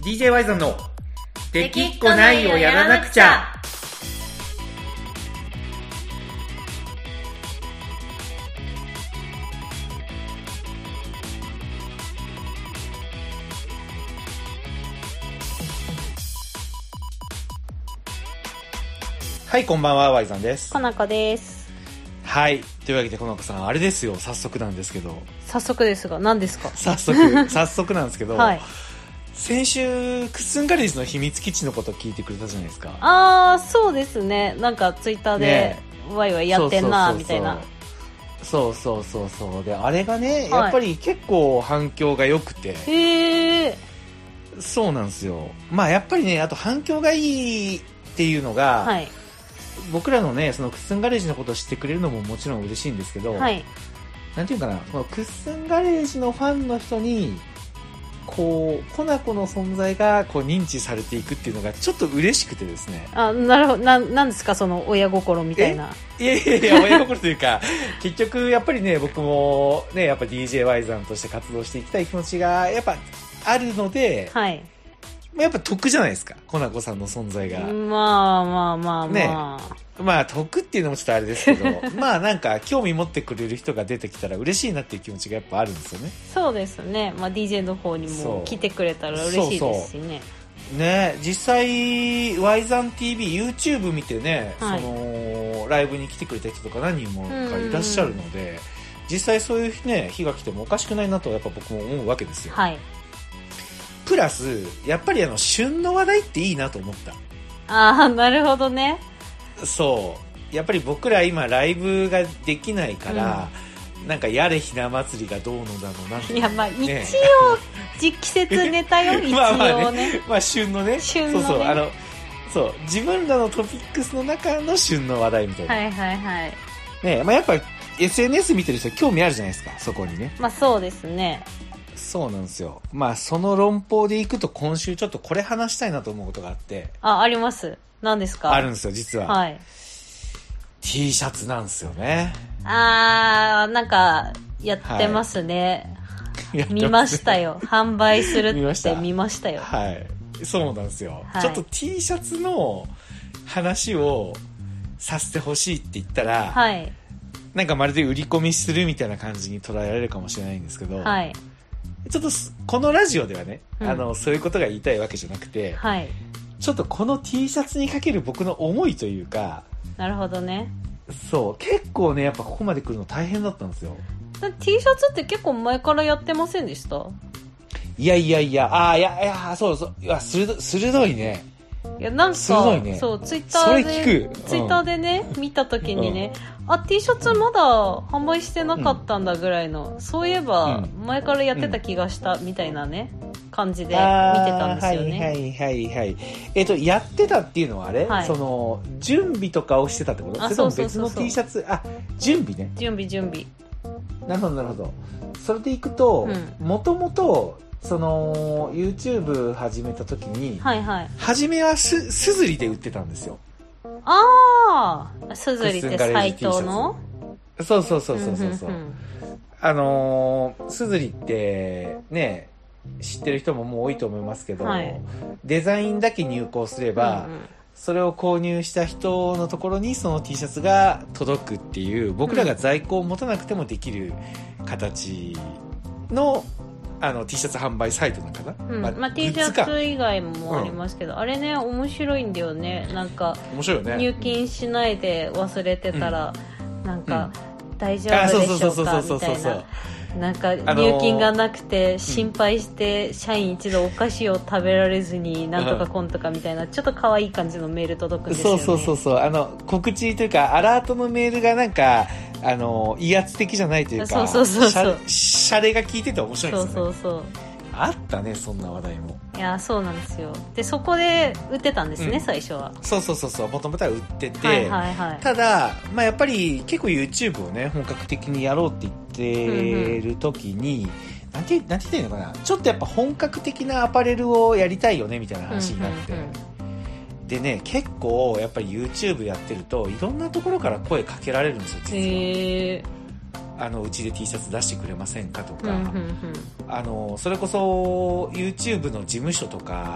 DJ ワイゾンのできっこないをやらなくちゃ。はい、こんばんは、ワイゾンです。 かなかです。 はい、というわけでこの子さん、あれですよ、早速なんですけど。 早速ですが、何ですか？ 早速なんですけど、 はい、 先週クッスンガレージの秘密基地のこと聞いてくれたじゃないですか。 あー、そうですね。なんかツイッターでワイワイやってんなみたいな。 そうで、あれがね、やっぱり結構反響が良くて、 へー、 そうなんですよ。まあやっぱりね、あと反響がいいっていうのが、 はい、 僕らのね、そのクッスンガレージのことを知ってくれるのももちろん嬉しいんですけど、 はい、 なんていうかな、このクッスンガレージのファンの人にこうコナコの存在がこう認知されていくっていうのがちょっと嬉しくてですね。 あ、なるほど。なんですか、その親心みたいな。 いや親心というか結局やっぱりね、僕もね、やっぱ DJ ワイザンとして活動していきたい気持ちがやっぱあるので、 はい、 やっぱ得じゃないですか、コナコさんの存在が。 まあね、まあ得っていうのもちょっとあれですけどまあなんか興味持ってくれる人が出てきたら嬉しいなっていう気持ちがやっぱあるんですよね。 そうですね。まあ DJ の方にも来てくれたら嬉しいですしね。 ね、実際ワイザン TV、YouTube 見てね、 はい、 そのライブに来てくれた人とか何人もかいらっしゃるので、実際そういうね日が来てもおかしくないなとやっぱ僕も思うわけですよ。 はい。 プラスやっぱり旬の話題っていいなと思った。 ああ、なるほどね。 そうやっぱり僕ら今ライブができないから、なんかやれひな祭りがどうのだのなんて、ね、 いや、まあ一応季節ネタよ一応ねまあ旬のね、そう自分らのトピックスの中の旬の話題みたいな。 はいはいはい。 ね、まあやっぱ SNS 見てる人興味あるじゃないですか、そこにね。 まあそうですね。 そうなんですよ。まあその論法でいくと今週ちょっとこれ話したいなと思うことがあって。 あります。何ですか？ あるんですよ、実は。 はい。 T シャツなんですよね。 なんかやってますね。はい、見ましたよ。販売するって見ましたよ。 はい。そうなんですよ。 はい、 ちょっと T シャツの話をさせてほしいって言ったら、 はい。 なんかまるで売り込みするみたいな感じに捉えられるかもしれないんですけど、 はい。 ちょっとこのラジオではね、そういうことが言いたいわけじゃなくて、 はい。 ちょっとこの T シャツにかける僕の思いというか、 なるほどね。 そう、結構ね、やっぱここまで来るの大変だったんですよ。 T シャツって結構前からやってませんでした？ いや、そう、いや、鋭いね。 いや、なんか、 鋭いね。 そう、ツイッターでね、見たときにね、T シャツまだ販売してなかったんだぐらいの、そういえば、前からやってた気がした、みたいなね、感じで見てたんですよね。 はい。やってたっていうのはあれ、 はい、 その、準備とかをしてたってこと？それとも別の T シャツ、準備ね。 準備。 なるほど。それでいくと、もともと、その YouTube 始めた時に、 はいはい、 初めはすずりで売ってたんですよ。 すずりってサイトの？ そう。すずりってね、知ってる人ももう多いと思いますけど、はい、デザインだけ入稿すれば、それを購入した人のところにその T シャツが届くっていう、僕らが在庫を持たなくてもできる形のT シャツ販売サイトなんかな、 T シャツ以外もありますけど、あれね、面白いんだよね。なんか面白いよね。 入金しないで忘れてたら、なんか、大丈夫でしょうかみたいな。なんか入金がなくて心配して社員一度お菓子を食べられずになんとかコンとかみたいな、ちょっと可愛い感じのメール届くんですよね。 そう告知というかアラートのメールがなんか威圧的じゃないというか、 そうシャレが効いてて面白いですよね。そうあったね、そんな話題も。 いや、そうなんですよ。でそこで売ってたんですね、最初は。 そうもともとは売ってて、ただ、まあ、やっぱり結構 YouTube をね本格的にやろうって言ってる時に、なんて言っていいのかな、ちょっとやっぱ本格的なアパレルをやりたいよねみたいな話になって、でね、結構やっぱり YouTube やってるといろんなところから声かけられるんですよ、実は。 うちで T シャツ出してくれませんかとか、それこそ YouTube の事務所とか、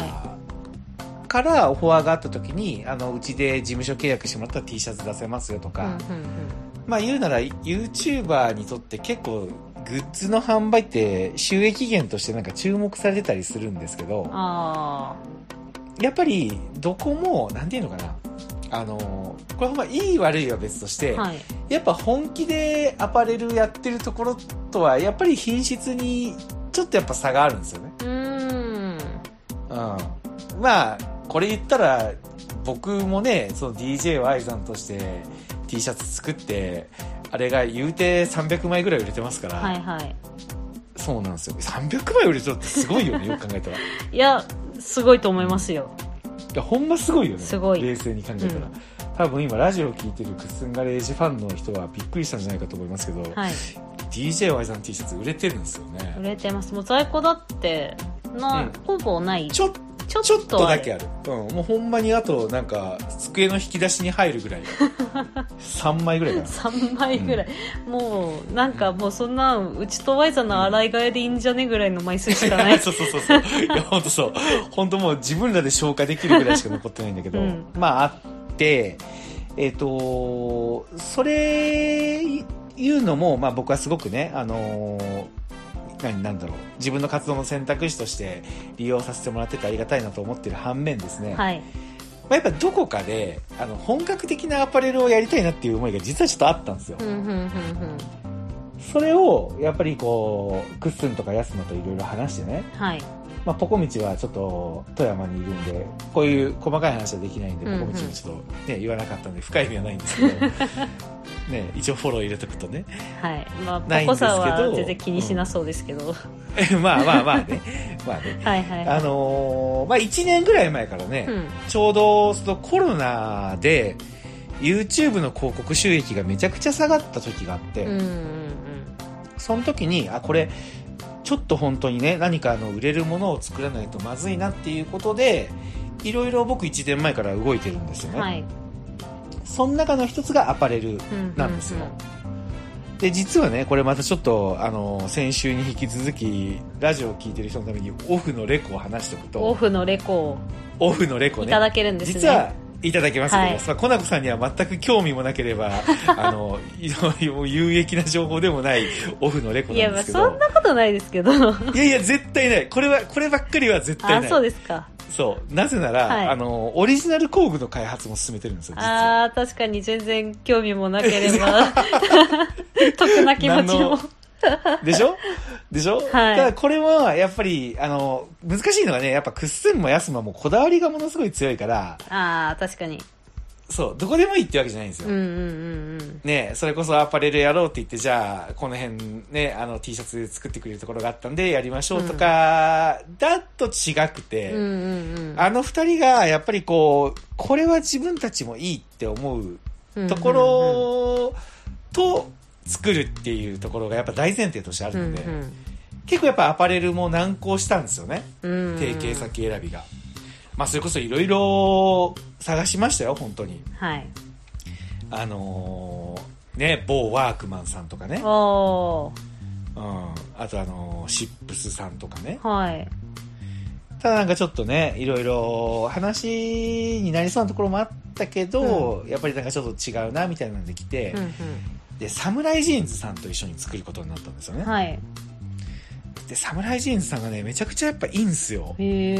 からオファーがあった時にうちで事務所契約してもらったら T シャツ出せますよとか、まあ言うなら YouTuber にとって結構グッズの販売って収益源としてなんか注目されてたりするんですけど、やっぱりどこもなんていうのかな、これほんまいい悪いは別として、やっぱ本気でアパレルやってるところとはやっぱり品質にちょっとやっぱ差があるんですよね。まあこれ言ったら僕もね、その DJY さんとして T シャツ作ってあれが言うて300枚ぐらい売れてますから、そうなんですよ。300枚売れてるってすごいよねよく考えたら。 いやすごいと思いますよ。 いやほんますごいよね。 すごい冷静に考えたら、多分今ラジオを聞いてるクッスンガレージファンの人はびっくりしたんじゃないかと思いますけど、DJY さん T シャツ売れてるんですよね。 売れてます。もう在庫だってほぼない。 ちょっとだけある。もうほんまにあとなんか机の引き出しに入るぐらい3枚ぐらいかな。3 枚ぐらい、もうなんかもうそんなうちと Y さんの洗い替えでいいんじゃねぐらいの枚数しかない。 そういや本当そう、本当もう自分らで消化できるぐらいしか残ってないんだけど、まああってそれいうのもまあ僕はすごくねなんだろう、自分の活動の選択肢として利用させてもらっててありがたいなと思ってる反面ですね、やっぱどこかで本格的なアパレルをやりたいなっていう思いが実はちょっとあったんですよ。それをやっぱりこうクッスンとかヤスマといろいろ話してね、まあ、ポコミチはちょっと富山にいるんでこういう細かい話はできないんで、ポコミチもちょっと、ね、言わなかったんで深い意味はないんですけどね、一応フォロー入れとくとね、 まあ、ポコさんは全然気にしなそうですけど、 まあねまあねまあ1年ぐらい前からね、ちょうどそのコロナで YouTube の広告収益がめちゃくちゃ下がった時があって、その時にこれちょっと本当にね何か売れるものを作らないとまずいなっていうことでいろいろ僕1年前から動いてるんですよね、その中の一つがアパレルなんですよ、で実はねこれまたちょっと先週に引き続きラジオを聞いてる人のためにオフのレコを話しておくと、 オフのレコねいただけるんですね。 実はいただけますけど、コナコさんには全く興味もなければ有益な情報でもないオフのレコなんですけど、 いやそんなことないですけどいや絶対ない、こればっかりは絶対ない。 そうですか。 そうなぜなら、オリジナル工具の開発も進めてるんですよ実は。 確かに全然興味もなければ得な気持ちもでしょただこれはやっぱり難しいのがね、やっぱクッスンもヤスマもこだわりがものすごい強いから、 確かにそうどこでもいいってわけじゃないんですよ、ね、それこそアパレルやろうって言ってじゃあこの辺ねT シャツ作ってくれるところがあったんでやりましょうとか、だと違くて、二人がやっぱりこれは自分たちもいいって思うところと作るっていうところがやっぱ大前提としてあるので、結構やっぱアパレルも難航したんですよね、提携先選びが。まあそれこそいろいろ探しましたよ本当に。ね、某ワークマンさんとかね、あとシップスさんとかね、ただなんかちょっとねいろいろ話になりそうなところもあったけど、やっぱりなんかちょっと違うなみたいなので来て、でサムライジーンズさんと一緒に作ることになったんですよね、でサムライジーンズさんがねめちゃくちゃやっぱいいんすよ。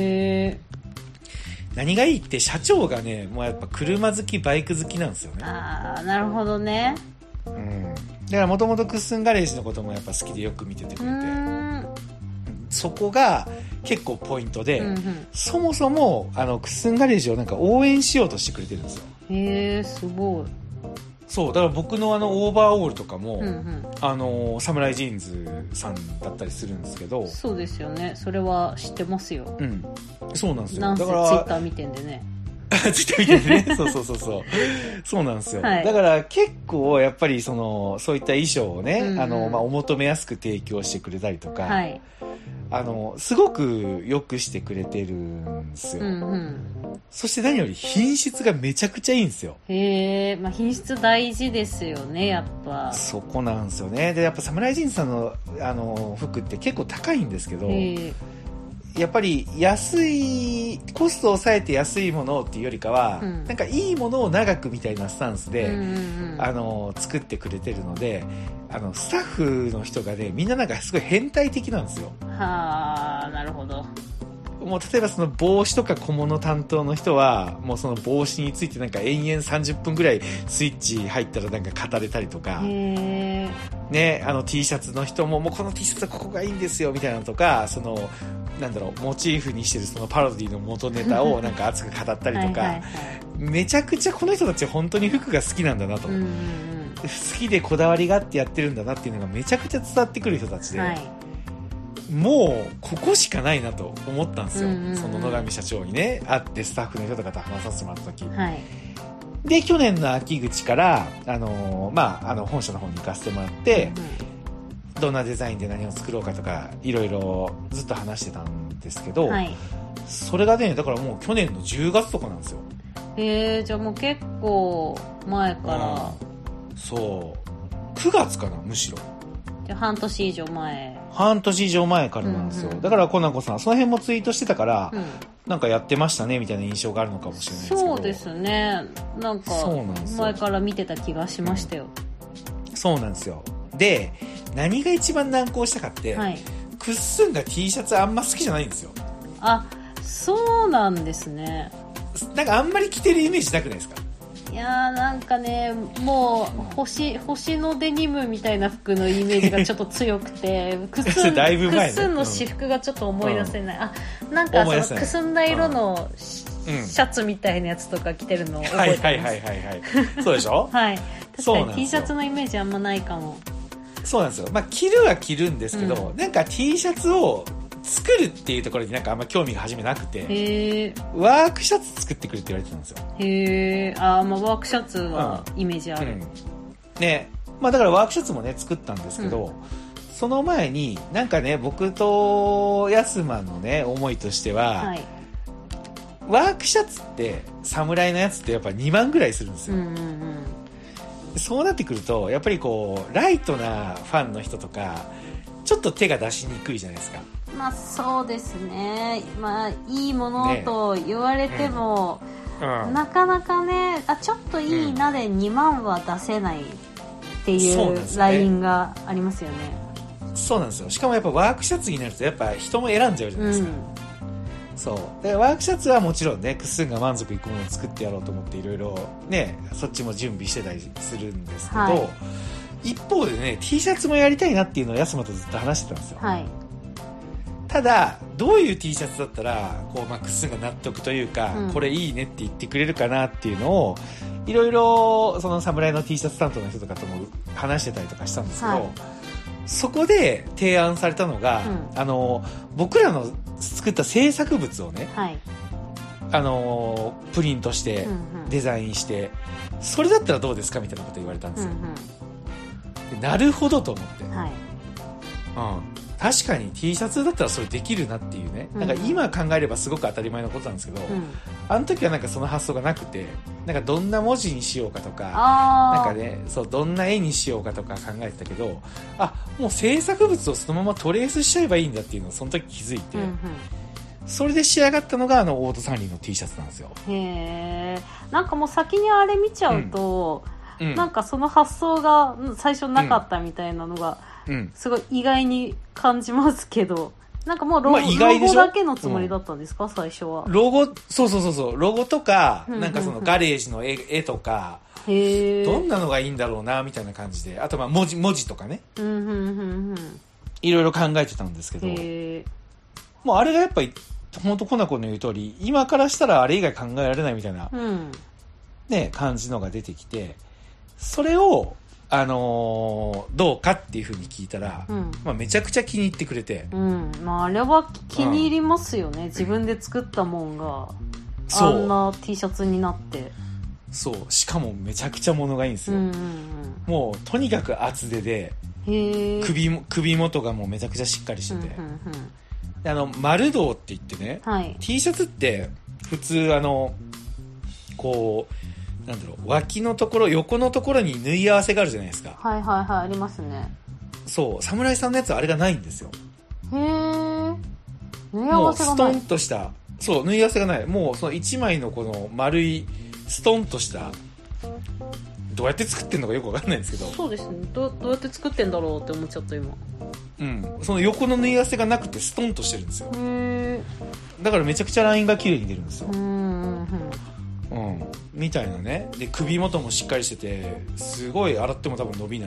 何がいいって社長がねもうやっぱ車好きバイク好きなんですよね。 なるほどね。 だからもともとクッスンガレージのこともやっぱ好きでよく見ててくれて、そこが結構ポイントで、そもそもクッスンガレージをなんか応援しようとしてくれてるんですよ。すごい。そうだから僕のオーバーオールとかも、サムライジーンズさんだったりするんですけど。そうですよね、それは知ってますよ。そうなんですよ。なんせツイッター見てんでねツイッター見てねそうなんですよ、だから結構やっぱりそういった衣装をね、お求めやすく提供してくれたりとか、 すごく良くしてくれてるんですよ。 うんうん。 そして何より品質がめちゃくちゃいいんですよ。 へえ、まあ品質大事ですよね、やっぱ。 そこなんですよね。で、やっぱサムライジーンズさんの、服って結構高いんですけど、やっぱりコストを抑えて安いものっていうよりかは、なんかいいものを長くみたいなスタンスで、作ってくれてるので、スタッフの人がね、みんななんかすごい変態的なんですよ。 はあ、なるほど。 もう例えばその帽子とか小物担当の人は、もうその帽子についてなんか延々30分ぐらいスイッチ入ったらなんか語れたりとか、ね、T シャツの人ももうこの T シャツはここがいいんですよみたいなのとか、その、なんだろう、モチーフにしてるそのパロディの元ネタをなんか熱く語ったりとか、めちゃくちゃこの人たち本当に服が好きなんだなと。好きでこだわりがあってやってるんだなっていうのがめちゃくちゃ伝わってくる人たちで、もうここしかないなと思ったんですよ、その野上社長にね会ってスタッフの人とかと話させてもらった時、で去年の秋口から本社の方に行かせてもらって、どんなデザインで何を作ろうかとかいろいろずっと話してたんですけど、それがねだからもう去年の10月とかなんですよ。 じゃあもう結構前から、 そう9月かな、むしろ。 じゃあ半年以上前からなんですよ、だからコナコさんその辺もツイートしてたから、なんかやってましたねみたいな印象があるのかもしれないですけど。そうですね、なんか前から見てた気がしましたよ、 そうなんですよ。で何が一番難航したかって、クッスンが T シャツあんま好きじゃないんですよ。 あ、そうなんですね。 なんかあんまり着てるイメージなくないですか？ いやーなんかね、もう星のデニムみたいな服のイメージがちょっと強くてクッスンだいぶ前ね、 クッスンの私服がちょっと思い出せない、なんかそのくすんだ色のシャツみたいなやつとか着てるのを覚えてます。 そうでしょはい、確かに T シャツのイメージあんまないかも。 そうなんですよ。まあ着るは着るんですけど、なんか T シャツを作るっていうところになんかあんま興味が初めなくて、ワークシャツ作ってくれって言われてたんですよ。 まあワークシャツはイメージある、 ね。まあだからワークシャツもね作ったんですけど、その前になんかね僕とヤスマのね思いとしては、ワークシャツって侍のやつってやっぱ2万ぐらいするんですよ、そうなってくるとやっぱりこうライトなファンの人とかちょっと手が出しにくいじゃないですか。 まあそうですね、まあいいものと言われても、なかなかねちょっといいなで2万は出せないっていうラインがありますよね。 そうなんですよ。しかもやっぱワークシャツになるとやっぱ人も選んじゃうじゃないですか、そうでワークシャツはもちろんねクッスンが満足いくものを作ってやろうと思っていろいろねそっちも準備してたりするんですけど、一方でね T シャツもやりたいなっていうのをヤスマとずっと話してたんですよ、ただどういう T シャツだったらこう、クッスンが納得というか、これいいねって言ってくれるかなっていうのをいろいろその侍の T シャツ担当の人とかとも話してたりとかしたんですけど、そこで提案されたのが、僕らの作った制作物をね、プリントしてデザインして、それだったらどうですかみたいなこと言われたんですよ、なるほどと思って、確かに T シャツだったらそれできるなっていうね、なんか今考えればすごく当たり前のことなんですけど、あの時はなんかその発想がなくて、なんかどんな文字にしようかとか、なんかね、そうどんな絵にしようかとか考えてたけど、もう制作物をそのままトレースしちゃえばいいんだっていうのをその時気づいて、それで仕上がったのがオートサンリーの T シャツなんですよ。 なんかもう先にあれ見ちゃうと、なんかその発想が最初なかったみたいなのが、すごい意外に感じますけど、なんかもうロゴだけのつもりだったんですか、最初は。ロゴ、 そうロゴとか、なんかそのガレージの絵とか、どんなのがいいんだろうなみたいな感じで、あと文字とかね、いろいろ考えてたんですけど、もうあれがやっぱり本当コナコの言う通り、今からしたらあれ以外考えられないみたいな、ね、感じのが出てきて、それをどうかっていう風に聞いたら、めちゃくちゃ気に入ってくれて、 あれは気に入りますよね、自分で作ったもんがあんな T シャツになって。 そうしかもめちゃくちゃ物がいいんですよ、もうとにかく厚手で首元がもうめちゃくちゃしっかりしてて、 丸胴って言ってね、 はい、 T シャツって普通こうなんだろう、脇のところ、横のところに縫い合わせがあるじゃないですか。 はいはいはい、ありますね。 そう、侍さんのやつはあれがないんですよ。 へー、縫い合わせがない。 もうストンとした、そう、縫い合わせがない。もうその1枚のこの丸いストンとした、どうやって作ってんのかよくわかんないんですけど。 そうですね。どうやって作ってんだろうって思っちゃった今。 うん。その横の縫い合わせがなくてストンとしてるんですよ。 へー。 だからめちゃくちゃラインが綺麗に出るんですよ。 うん。 みたいなね。で、首元もしっかりしてて、すごい洗っても多分伸びない。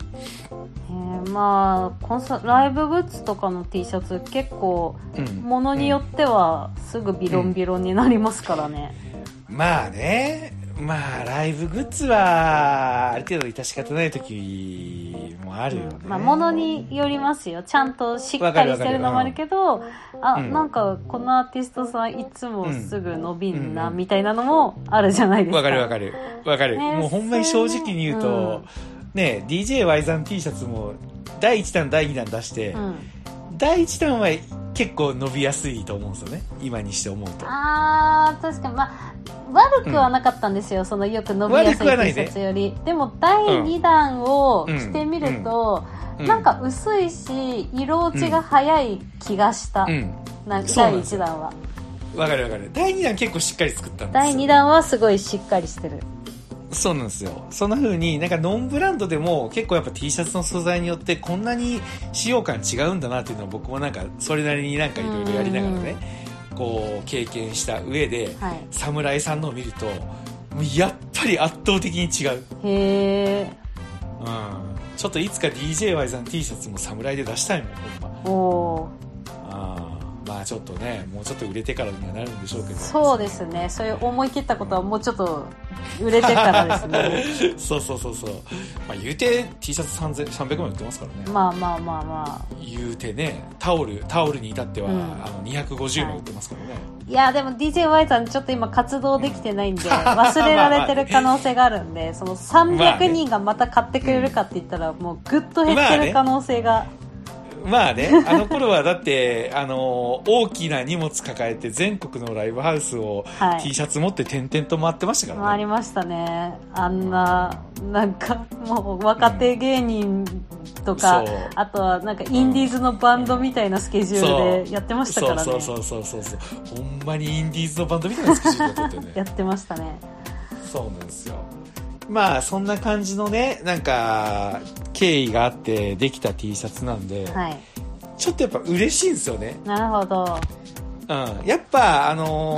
まあライブグッズとかの T シャツ結構、ものによってはすぐビロンビロンになりますからね。 まあね。まあライブグッズはある程度致し方ない時もあるよね。 まあものによりますよ。ちゃんとしっかりしてるのもあるけど、なんかこのアーティストさんいつもすぐ伸びんなみたいなのもあるじゃないですか。 わかる、もうほんまに正直に言うと、ね、DJY さん T シャツも第1弾第2弾出して、第1弾は結構伸びやすいと思うんですよね、今にして思うと。 確かに、まあ悪くはなかったんですよ、そのよく伸びやすい T シャツより、でも第2弾を着てみると、なんか薄いし色落ちが早い気がした、第1弾は。 わかる。第2弾結構しっかり作ったんですよ。 第2弾はすごいしっかりしてる。 そうなんですよ。そんな風になんかノンブランドでも結構やっぱ T シャツの素材によってこんなに使用感違うんだなっていうのを僕もなんかそれなりになんかいろいろやりながらね、こう経験した上で、侍さんのを見るとやっぱり圧倒的に違う。 へー。 ちょっといつか DJY さん T シャツも侍で出したいもん。 おー。 まあちょっとね、もうちょっと売れてからにはなるんでしょうけど。 そうですね。そういう思い切ったことはもうちょっと売れてからですね。 そう。まあ言うて T シャツ300万売ってますからね。 まあ。 言うてね、タオルに至っては、250万売ってますからね。 いやでも DJY さんちょっと今活動できてないんで忘れられてる可能性があるんで、その300人がまた買ってくれるかって言ったらもうぐっと減ってる可能性が。 まあね、あの頃はだって、大きな荷物抱えて全国のライブハウスを T シャツ持って点々と回ってましたからね。 回りましたね。あんな、なんかもう若手芸人とか、あとはなんかインディーズのバンドみたいなスケジュールでやってましたからね。 そう。ほんまにインディーズのバンドみたいなスケジュールだったよね。 やってましたね。 そうなんですよ。まあそんな感じのね、なんか経緯があってできた T シャツなんで、ちょっとやっぱ嬉しいんですよね。 なるほど。 やっぱ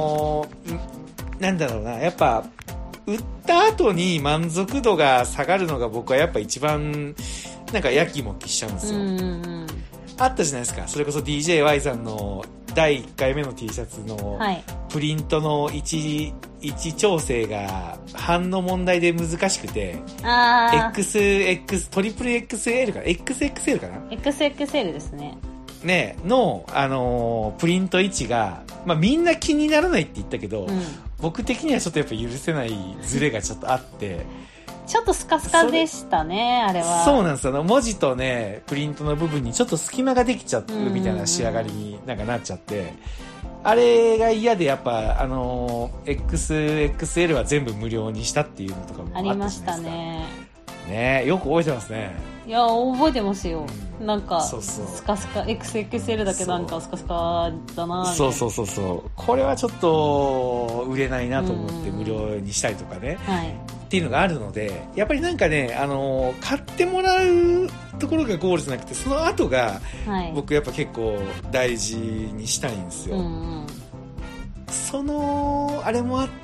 なんだろうな、やっぱ売った後に満足度が下がるのが僕はやっぱ一番なんかやきもきしちゃうんですよ。あったじゃないですか。それこそ DJY さんの第1回目の T シャツのプリントの位置調整が版の問題で難しくて、トリプル XL かな XXL かな XXL ですね。 ねの、プリント位置が、まあみんな気にならないって言ったけど、僕的にはちょっとやっぱ許せないズレがちょっとあって、 ちょっとスカスカでしたね、あれは。 そうなんですよ。文字とね、プリントの部分にちょっと隙間ができちゃうみたいな仕上がりになんかなっちゃって、あれが嫌でやっぱ、XXL は全部無料にしたっていうのとかもあったじゃないですか。ありましたね。ね、よく覚えてますね。 いや、覚えてますよ。なんか、スカスカ、XXL だけなんかスカスカだなぁ。 そう。これはちょっと売れないなと思って無料にしたりとかね。っていうのがあるので、やっぱりなんかね、買ってもらうところがゴールじゃなくて、その後が、僕やっぱ結構大事にしたいんですよ。その、あれもあって、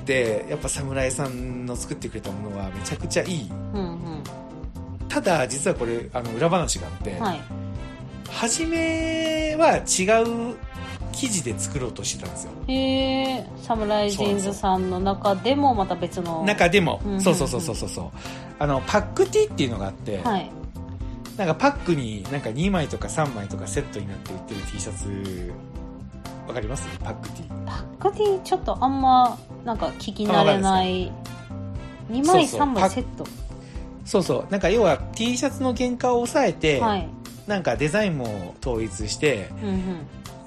やっぱ侍さんの作ってくれたものはめちゃくちゃいい。ただ、実はこれ、裏話があって、初めは違う生地で作ろうとしてたんですよ。 サムライジーンズさんの中でもまた別の。 中でも、そう。パックティーっていうのがあって、なんかパックになんか2枚とか3枚とかセットになって売ってる T シャツ、わかります？パックティー。パックティーちょっとあんまなんか聞き慣れない。2枚3枚セット。そう。なんか要は T シャツの原価を抑えて、なんかデザインも統一して、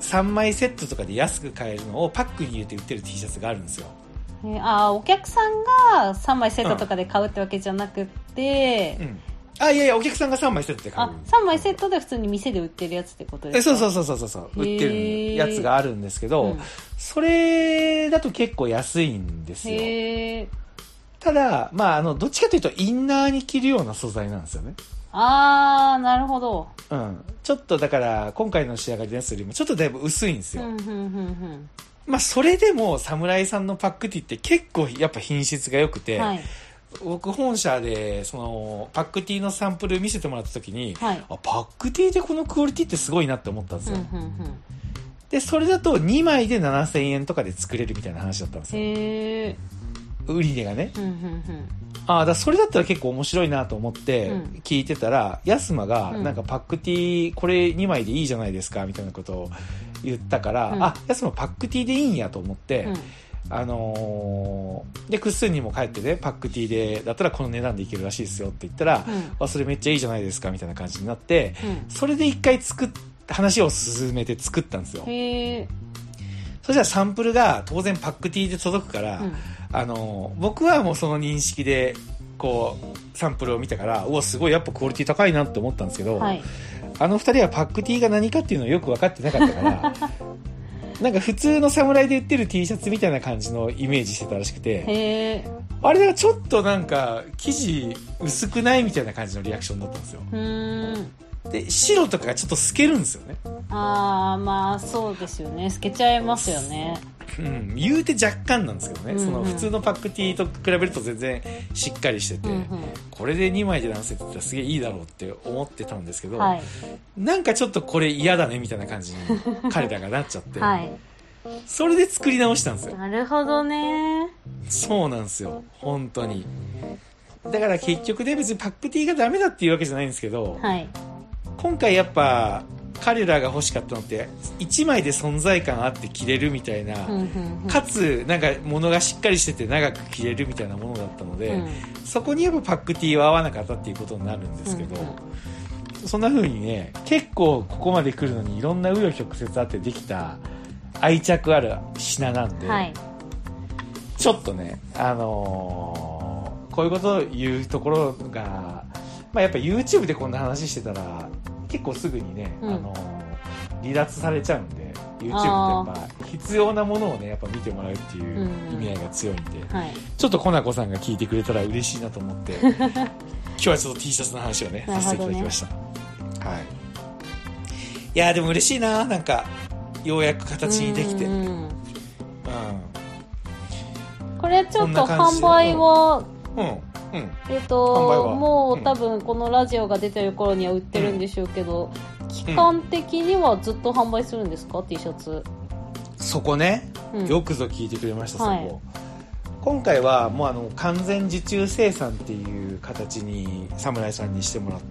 3枚セットとかで安く買えるのをパックに入れて売ってる T シャツがあるんですよ。 お客さんが3枚セットとかで買うってわけじゃなくて、 いやお客さんが3枚セットで買う。 3枚セットで普通に店で売ってるやつってことですか？ そう売ってるやつがあるんですけど、それだと結構安いんですよ。ただどっちかというとインナーに着るような素材なんですよね。 なるほど。 ちょっとだから今回の仕上がりのやつよりもちょっとだいぶ薄いんですよ。それでも侍さんのパックティって結構やっぱ品質が良くて、僕本社でそのパックティのサンプル見せてもらった時に、パックティでこのクオリティってすごいなって思ったんですよ。でそれだと2枚で7000円とかで作れるみたいな話だったんですよ。売り値がね。だからそれだったら結構面白いなと思って聞いてたら、ヤスマがなんかパックティこれ2枚でいいじゃないですかみたいなことを言ったから、ヤスマパックティでいいんやと思って、でクッスンにも帰ってね、パックティでだったらこの値段でいけるらしいですよって言ったら、それめっちゃいいじゃないですかみたいな感じになって、それで一回話を進めて作ったんですよ。そしたらサンプルが当然パックティで届くから、僕はもうその認識でこうサンプルを見たから、すごいやっぱクオリティ高いなって思ったんですけど、あの二人はパックティが何かっていうのをよく分かってなかったからなんか普通の侍で売ってる T シャツみたいな感じのイメージしてたらしくて、あれはちょっとなんか生地薄くないみたいな感じのリアクションだったんですよ。で白とかがちょっと透けるんですよね。 そうですよね、透けちゃいますよね。 言うて若干なんですけどね、その普通のパックティーと比べると全然しっかりしてて、これで2枚で何セットってすげえいいだろうって思ってたんですけど、なんかちょっとこれ嫌だねみたいな感じに彼らがなっちゃって、それで作り直したんですよ。 なるほどね。 そうなんですよ、本当に。だから結局ね、別にパックティーがダメだっていうわけじゃないんですけど、今回やっぱ彼らが欲しかったのって1枚で存在感あって着れるみたいな、かつなんか物がしっかりしてて長く着れるみたいなものだったので、そこにやっぱパックティーは合わなかったっていうことになるんですけど、そんな風にね、結構ここまで来るのにいろんな紆余曲折あってできた愛着ある品なんで、ちょっとねこういうことを言うところが、やっぱ YouTube でこんな話してたら結構すぐにね、離脱されちゃうんで、 YouTube ってやっぱ必要なものをねやっぱ見てもらうっていう意味合いが強いんで、ちょっとコナコさんが聞いてくれたら嬉しいなと思って今日はちょっと T シャツの話をねさせていただきました。いやでも嬉しいな、なんかようやく形にできて、 これちょっと販売はもう多分このラジオが出てる頃には売ってるんでしょうけど、期間的にはずっと販売するんですか、T シャツ。 そこね、よくぞ聞いてくれました。そこ今回はもう完全受注生産っていう形に侍さんにしてもらって、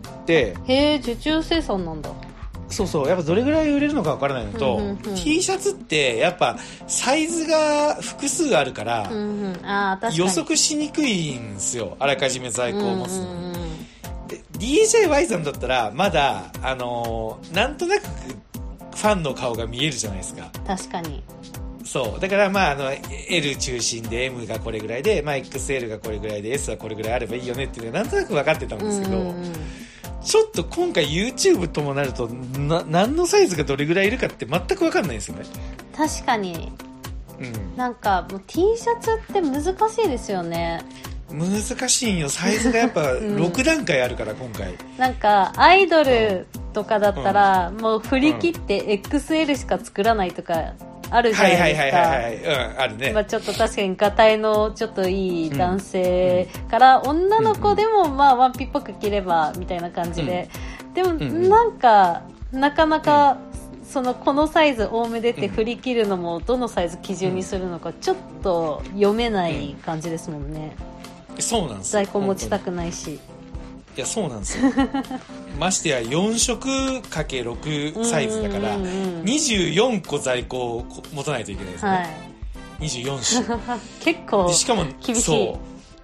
受注生産なんだ。 そうやっぱどれぐらい売れるのかわからないのと、T シャツってやっぱサイズが複数あるから、予測しにくいんですよ、あらかじめ在庫を持つの。で DJY さんだったらまだなんとなくファンの顔が見えるじゃないですか。 確かに。 そうだからL 中心で M がこれぐらいで、XL がこれぐらいで S はこれぐらいあればいいよねっていうのがなんとなく分かってたんですけど、ちょっと今回 YouTube ともなると何のサイズがどれぐらいいるかって全く分かんないんですよね。 確かに、なんかもう T シャツって難しいですよね。 難しいんよ、サイズがやっぱ6段階あるから今回。 なんかアイドルとかだったら、もう振り切って XL しか作らないとかあるじゃないですか。 あるね。 ちょっと確かにガタイのちょっといい男性から女の子でもワンピっぽく着ればみたいな感じで、でもなんかなかなかこのサイズ多めでって振り切るのもどのサイズ基準にするのかちょっと読めない感じですもんね。 そうなんですよ。 在庫持ちたくないし。 いやそうなんですよましてや4色 ×6 サイズだから24個在庫を持たないといけないですね、24種結構しかも厳しい。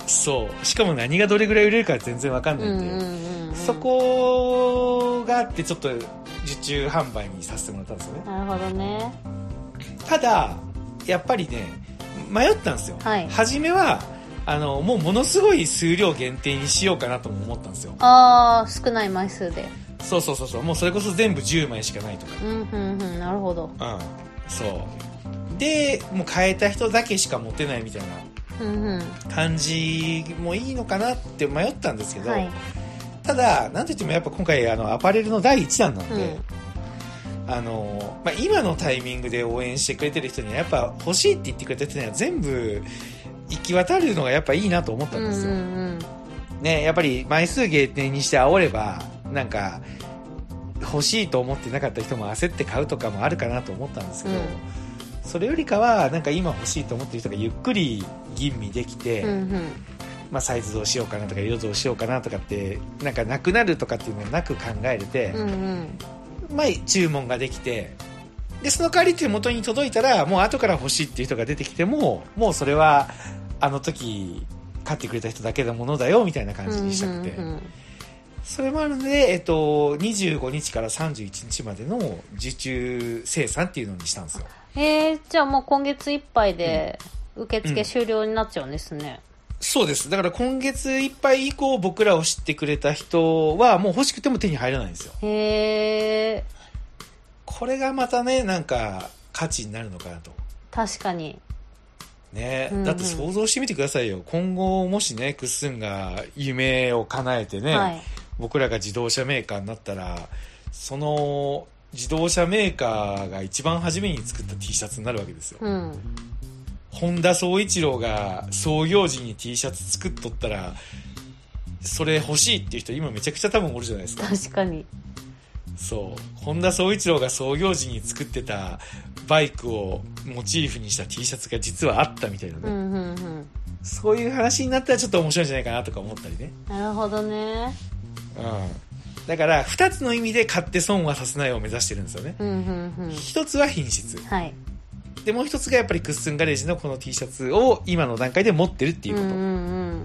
そうしかも何がどれぐらい売れるか全然わかんないんで、うんうんうんうん、そこがあってちょっと受注販売にさせてもらったんですよね。 なるほどね。 ただやっぱりね迷ったんですよ、はい、初めはもうものすごい数量限定にしようかなとも思ったんですよ。 ああ、少ない枚数で。 そうもうそれこそ全部10枚しかないとか、 うんうんうん、なるほど。 うん、そうでもう買えた人だけしか持てないみたいな感じもいいのかなって迷ったんですけど、はい、ただなんといってもやっぱ今回アパレルの第1弾なんで、今のタイミングで応援してくれてる人にはやっぱ欲しいって言ってくれた人には全部行き渡るのがやっぱいいなと思ったんですよ、うんうんうん、ね、やっぱり枚数限定にして煽ればなんか欲しいと思ってなかった人も焦って買うとかもあるかなと思ったんですけど、うん、それよりかはなんか今欲しいと思ってる人がゆっくり吟味できて、うんうん、サイズどうしようかなとか色どうしようかなとかってなんかなくなるとかっていうのをなく考えれて、うんうん、注文ができて、でその代わり手元に届いたらもう後から欲しいっていう人が出てきてももうそれはあの時買ってくれた人だけのものだよみたいな感じにしたくて、うんうんうん、それもあるので、25日から31日までの受注生産っていうのにしたんですよ。 じゃあもう今月いっぱいで受付終了になっちゃうんですね、 うん、そうです。だから今月いっぱい以降僕らを知ってくれた人はもう欲しくても手に入らないんですよ。これがまたねなんか価値になるのかなと。 確かにね、うんうん、だって想像してみてくださいよ。今後もしねクッスンが夢を叶えてね、はい、僕らが自動車メーカーになったらその自動車メーカーが一番初めに作った T シャツになるわけですよ、うん、本田宗一郎が創業時に T シャツ作っとったらそれ欲しいっていう人今めちゃくちゃ多分おるじゃないですか。 確かにそう本田宗一郎が創業時に作ってたバイクをモチーフにした T シャツが実はあったみたいなね、うんうんうん、そういう話になったらちょっと面白いんじゃないかなとか思ったりね。 なるほどね、 うん、だから2つの意味で買って損はさせないを目指してるんですよね、うんうんうん、1つは品質、はい、でもう1つがやっぱりクッスンガレージのこの T シャツを今の段階で持ってるっていうこと、うんうんうん、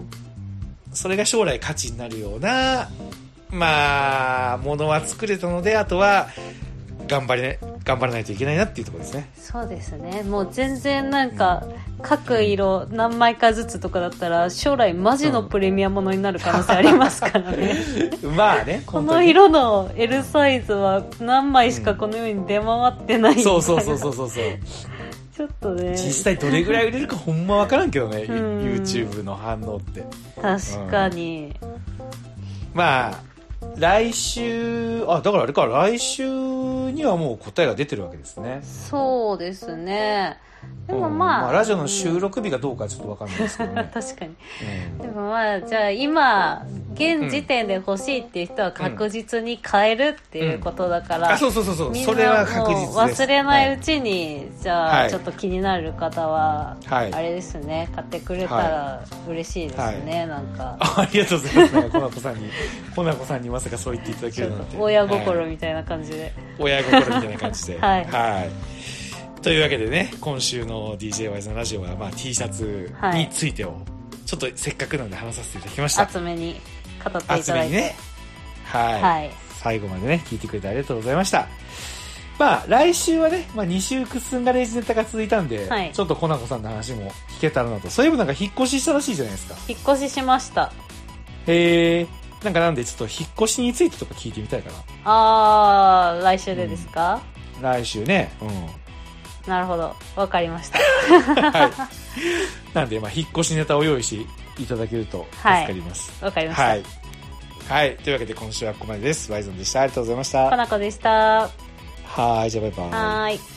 それが将来価値になるようなものは作れたのであとは頑張らないといけないなっていうところですね。 そうですね。もう全然なんか各色何枚かずつとかだったら将来マジのプレミアものになる可能性ありますからね、 うん、まあねこの色の L サイズは何枚しかこの世に出回ってないみたいな、 そうちょっとね実際どれぐらい売れるかほんま分からんけどね、うん、YouTube の反応って確かに、 来週だからあれか来週にはもう答えが出てるわけですね。 そうですね。でもラジオの収録日がどうかちょっと分かんないですけどね確かに、うん、でもじゃあ今現時点で欲しいっていう人は確実に買えるっていうことだから、 そうそれは確実です。 忘れないうちに、じゃあちょっと気になる方は、あれですね、買ってくれたら嬉しいですね、なんかありがとうございますコナコさんにまさかそう言っていただけるなんて親心みたいな感じで、 親心みたいな感じではいというわけでね、今週の DJ ワイズのラジオは、T シャツについてをちょっとせっかくなので話させていただきました。 厚めに語っていただいて、厚めにね、 はい、最後までね聞いてくれてありがとうございました。来週はね、2週クッスンガレージネタが続いたんで、ちょっとコナコさんの話も聞けたらなと。そういえばなんか引っ越ししたらしいじゃないですか。 引っ越ししました。 なんでちょっと引っ越しについてとか聞いてみたいかな。 来週でですか？ 来週ね。 なるほど、わかりました。 はい。なんで引っ越しネタを用意していただけると助かります。 わかりました。 はい。というわけで今週はここまでです。ワイゾンでした。ありがとうございました。 コナコでした。 はい、じゃあバイバイ。 はい。